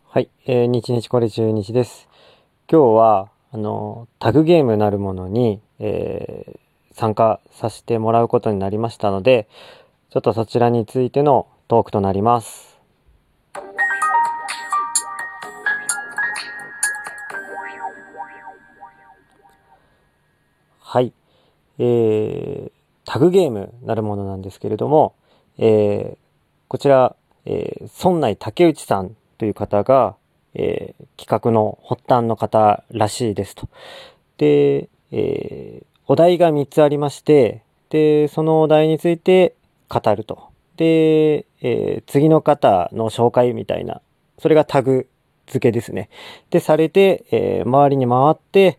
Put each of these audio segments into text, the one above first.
はい、日日これ中日です。今日はタグゲームなるものに、参加させてもらうことになりましたので、ちょっとそちらについてのトークとなります。はい、タグゲームなるものなんですけれども、こちら、村内竹内さんという方が、企画の発端の方らしいですと。で、お題が3つありまして、で、そのお題について語ると。で、次の方の紹介みたいな、それがタグ付けですね。で、されて、周りに回って、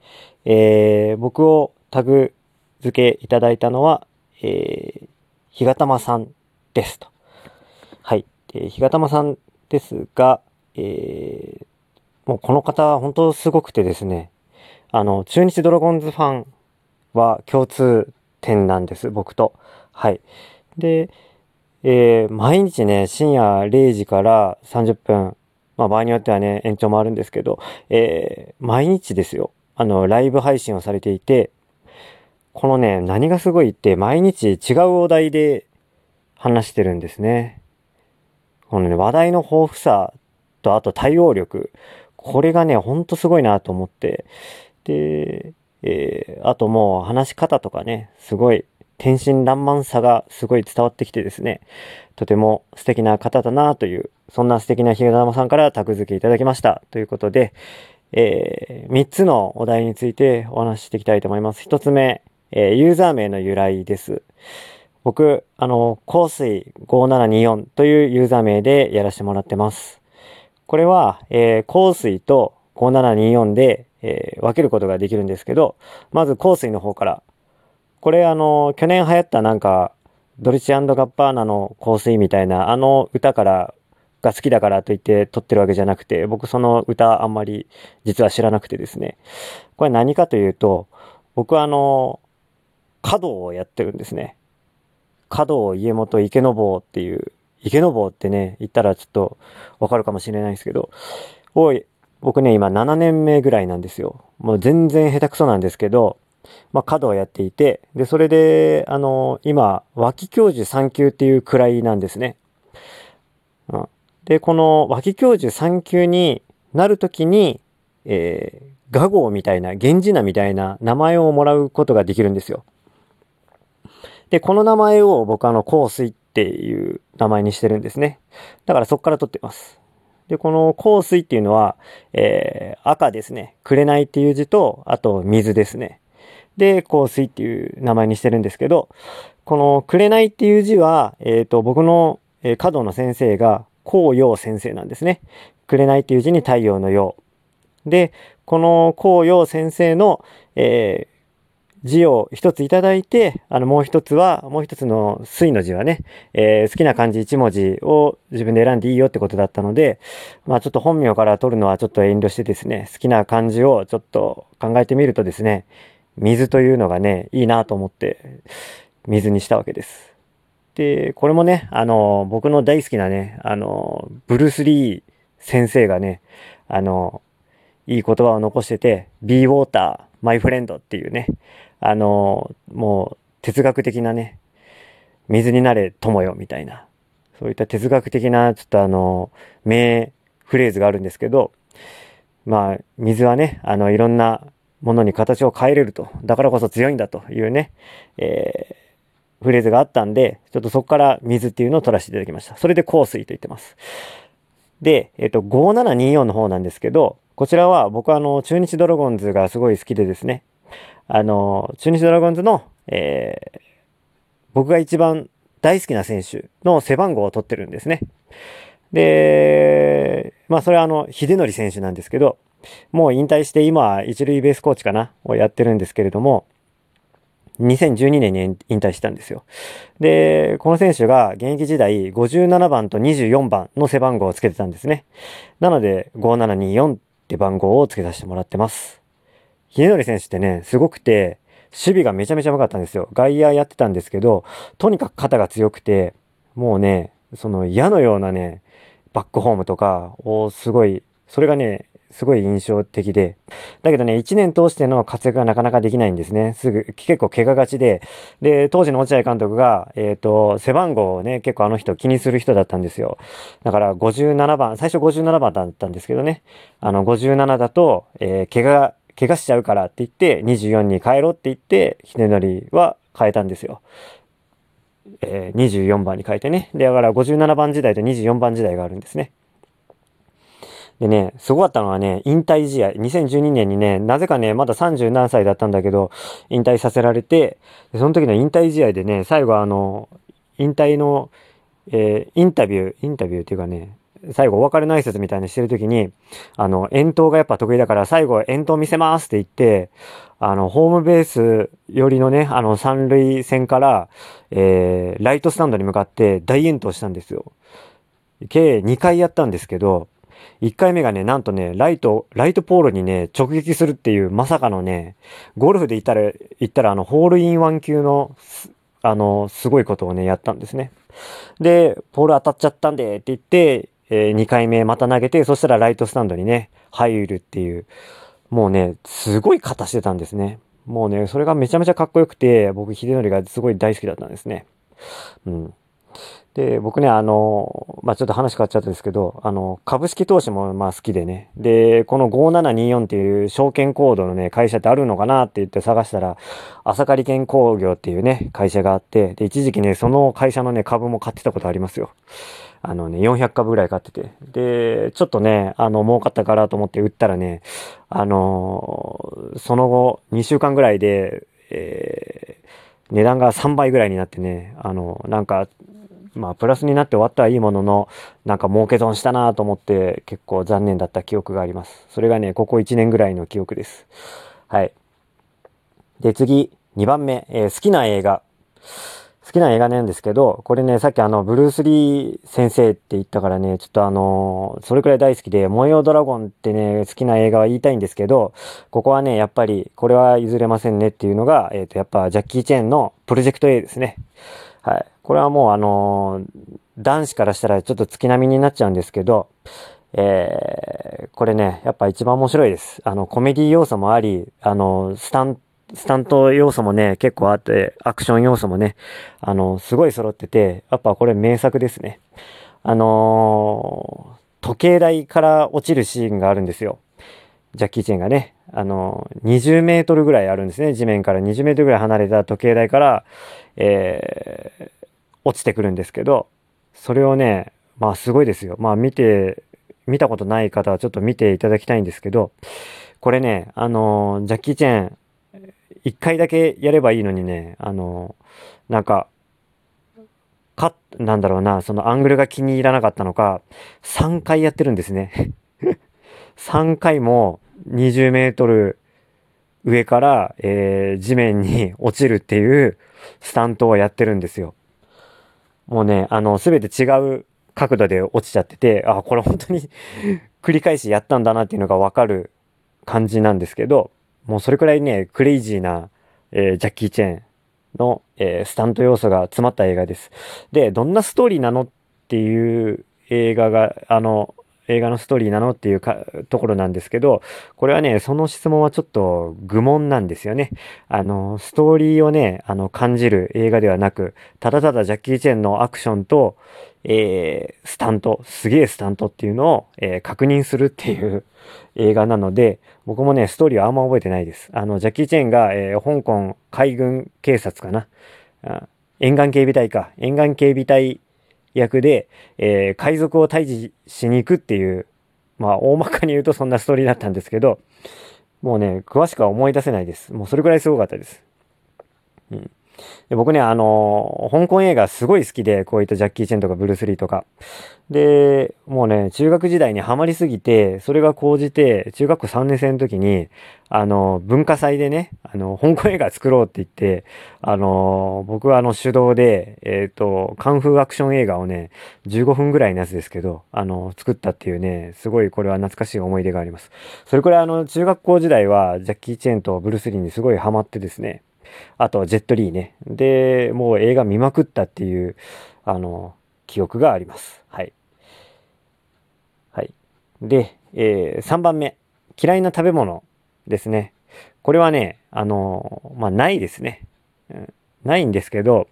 僕をタグ付けいただいたのは、ひがたまさんですと。はい。ひがたまさんですが、もうこの方は本当すごくてですね、中日ドラゴンズファンは共通点なんです、僕と。はい。で、毎日ね、深夜0時から30分、まあ場合によってはね、延長もあるんですけど、毎日ですよ、ライブ配信をされていて、このね、何がすごいって、毎日違うお題で話してるんですね。このね、話題の豊富さと、あと対応力、これがね、ほんとすごいなと思って、で、あともう話し方とかね、すごい天真爛漫さがすごい伝わってきてですね、とても素敵な方だなという、そんな素敵なひがたまさんからタグ付けいただきました。ということで、3つのお題についてお話ししていきたいと思います。1つ目、ユーザー名の由来です。僕、香水5724というユーザー名でやらせてもらってます。これは、香水と5724で、分けることができるんですけど、まず香水の方から。これ去年流行ったなんか、ドルチェガッパーナの香水みたいな、歌からが好きだからといって撮ってるわけじゃなくて、僕その歌あんまり実は知らなくてですね。これ何かというと、僕は華道をやってるんですね。華道家元池坊っていう、池坊ってね、言ったらちょっとわかるかもしれないですけど、僕ね、今7年目ぐらいなんですよ。もう全然下手くそなんですけど、まあ、華道をやっていて、で、それで、今、脇教授3級っていう位なんですね。うん。で、この脇教授3級になるときに、画号みたいな、源氏名みたいな名前をもらうことができるんですよ。で、この名前を僕香水っていう名前にしてるんですね。だからそこから取ってます。で、この香水っていうのは、赤ですね。紅っていう字と、あと水ですね。で、香水っていう名前にしてるんですけど、この紅っていう字は、僕の、華道の先生が紅葉先生なんですね。紅っていう字に太陽の陽。で、この紅葉先生の、字を一ついただいて、もう一つの水の字はね、好きな漢字一文字を自分で選んでいいよってことだったので、まあちょっと本名から取るのはちょっと遠慮してですね、好きな漢字をちょっと考えてみるとですね、水というのがね、いいなと思って、水にしたわけです。で、これもね、僕の大好きなね、ブルース・リー先生がね、あの、いい言葉を残してて、Be Water, My Friend っていうね、もう哲学的なね、水になれ友よみたいな、そういった哲学的なちょっと名フレーズがあるんですけど、まあ、水はね、いろんなものに形を変えれると。だからこそ強いんだというね、フレーズがあったんで、ちょっとそこから水っていうのを取らせていただきました。それで香水と言ってます。で、5724の方なんですけど、こちらは僕は中日ドラゴンズがすごい好きでですね、中日ドラゴンズの、僕が一番大好きな選手の背番号を取ってるんですね。で、まあそれは秀則選手なんですけど、もう引退して今は一塁ベースコーチかなをやってるんですけれども、2012年に引退したんですよ。で、この選手が現役時代57番と24番の背番号をつけてたんですね。なので5724って番号をつけさせてもらってます。秀則選手ってね、すごくて、守備がめちゃめちゃ良かったんですよ。外野やってたんですけど、とにかく肩が強くて、もうね、その矢のようなね、バックホームとかをすごいそれがね、すごい印象的で。だけどね、1年通しての活躍がなかなかできないんですね。結構怪我がちで。で、当時の落合監督が、背番号をね、結構あの人気にする人だったんですよ。だから57番、最初57番だったんですけどね。57だと、怪我しちゃうからって言って、24に変えろって言って、秀則は変えたんですよ。24番に変えてね。で、だから57番時代と24番時代があるんですね。でね、すごかったのはね、引退試合。2012年にね、なぜかね、まだ30何歳だったんだけど、引退させられて、でその時の引退試合でね、最後引退の、インタビューっていうかね、最後お別れの挨拶みたいにしてる時に、遠投がやっぱ得意だから、最後遠投見せますって言って、ホームベース寄りのね、三塁線から、ライトスタンドに向かって大遠投したんですよ。計2回やったんですけど、1回目がね、なんとね、ライトポールにね、直撃するっていう、まさかのね、ゴルフで言ったらホールインワン級の、すごいことをね、やったんですね。で、ポール当たっちゃったんでって言って、2回目また投げて、そしたらライトスタンドにね、入るっていう、もうね、すごい型してたんですね。もうね、それがめちゃめちゃかっこよくて、僕、秀則がすごい大好きだったんですね。うん。で、僕ね、ちょっと話変わっちゃったんですけど、株式投資もまあ好きでね。で、この5724っていう証券コードのね、会社ってあるのかなって言って探したら、朝刈券工業っていうね、会社があって、で、一時期ね、その会社のね、株も買ってたことありますよ。400株ぐらい買ってて。で、ちょっとね、儲かったからと思って売ったらね、その後、2週間ぐらいで、値段が3倍ぐらいになってね、なんか、まあ、プラスになって終わったはいいものの、なんか儲け損したなと思って結構残念だった記憶があります。それがね、ここ1年ぐらいの記憶です。はい。で、次、2番目、好きな映画。好きな映画なんですけど、これね、さっきブルース・リー先生って言ったからね、ちょっとそれくらい大好きで、燃えよドラゴンってね、好きな映画は言いたいんですけど、ここはね、やっぱり、これは譲れませんねっていうのが、やっぱ、ジャッキー・チェーンのプロジェクト A ですね。はい。これはもう男子からしたらちょっと月並みになっちゃうんですけど、これね、やっぱ一番面白いです。コメディ要素もあり、スタント要素もね、結構あって、アクション要素もね、すごい揃ってて、やっぱこれ名作ですね。時計台から落ちるシーンがあるんですよ。ジャッキー・チェンがね、20メートルぐらいあるんですね。地面から20メートルぐらい離れた時計台から、落ちてくるんですけど、それをね、まあすごいですよ。まあ見たことない方はちょっと見ていただきたいんですけど、これね、ジャッキー・チェン、一回だけやればいいのにね、なんか、なんだろうな、そのアングルが気に入らなかったのか、3回やってるんですね。3回も20メートル上から、地面に落ちるっていうスタントをやってるんですよ。もうね、すべて違う角度で落ちちゃってて、あ、これ本当に繰り返しやったんだなっていうのがわかる感じなんですけど、もうそれくらいね、クレイジーな、ジャッキー・チェンの、スタント要素が詰まった映画です。で、どんなストーリーなのっていう映画のストーリーなのっていうところなんですけど、これはね、その質問はちょっと愚問なんですよね。ストーリーをね、感じる映画ではなく、ただただジャッキー・チェンのアクションと、スタント、すげえスタントっていうのを、確認するっていう映画なので、僕もね、ストーリーはあんま覚えてないです。ジャッキー・チェンが、香港海軍警察かな。あ沿岸警備隊か。沿岸警備隊役で、海賊を退治しに行くっていう、まあ、大まかに言うとそんなストーリーだったんですけど、もうね、詳しくは思い出せないです。もうそれくらいすごかったです。うん。で僕ね、香港映画すごい好きで、こういったジャッキー・チェンとかブルース・リーとか。で、もうね、中学時代にハマりすぎて、それが高じて、中学校3年生の時に、文化祭でね、香港映画作ろうって言って、僕は手動で、カンフーアクション映画をね、15分ぐらいのやつですけど、作ったっていうね、すごいこれは懐かしい思い出があります。それくらい中学校時代は、ジャッキー・チェンとブルース・リーにすごいハマってですね、あとはジェットリーね。で、もう映画見まくったっていう、記憶があります。はい。はい。で、 3番目。嫌いな食べ物ですね。これはね、ないですね。ないんですけど、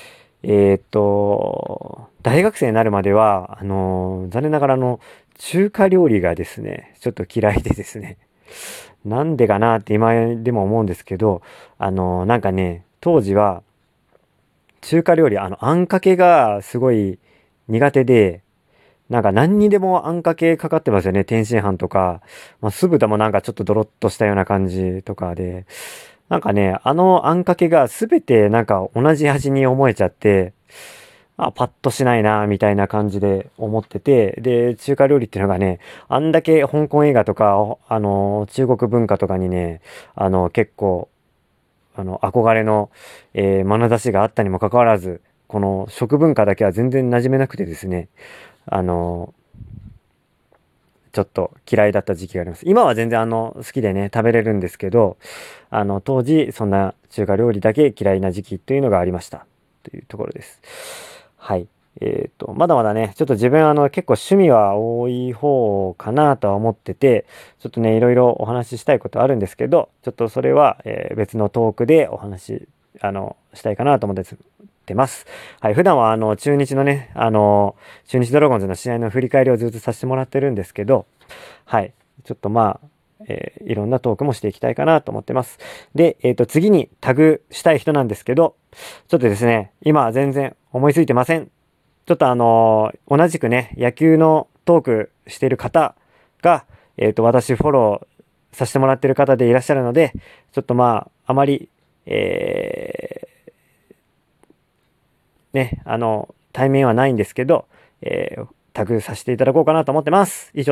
大学生になるまでは、残念ながら中華料理がですね、ちょっと嫌いでですね。なんでかなって今でも思うんですけど、なんかね、当時は、中華料理、あんかけがすごい苦手で、なんか何にでもあんかけかかってますよね。天津飯とか、酢豚もなんかちょっとドロッとしたような感じとかで、なんかね、あんかけがすべてなんか同じ味に思えちゃって、パッとしないな、みたいな感じで思ってて、で、中華料理っていうのがね、あんだけ香港映画とか、中国文化とかにね、結構、憧れの、眼差しがあったにもかかわらず、この食文化だけは全然馴染めなくてですね、あの、ちょっと嫌いだった時期があります。今は全然好きでね、食べれるんですけど、当時、そんな中華料理だけ嫌いな時期というのがありました。というところです。はい。まだまだね、ちょっと自分結構趣味は多い方かなとは思ってて、ちょっとね、いろいろお話ししたいことあるんですけど、ちょっとそれは、別のトークでお話、したいかなと思ってます。はい。普段は中日のね、中日ドラゴンズの試合の振り返りをずっとさせてもらってるんですけど、はい。ちょっといろんなトークもしていきたいかなと思ってます。で、次にタグしたい人なんですけど、ちょっとですね、今全然思いついてません。ちょっと同じくね、野球のトークしている方が、私フォローさせてもらってる方でいらっしゃるので、ちょっとあまり、ね、対面はないんですけど、タグさせていただこうかなと思ってます。以上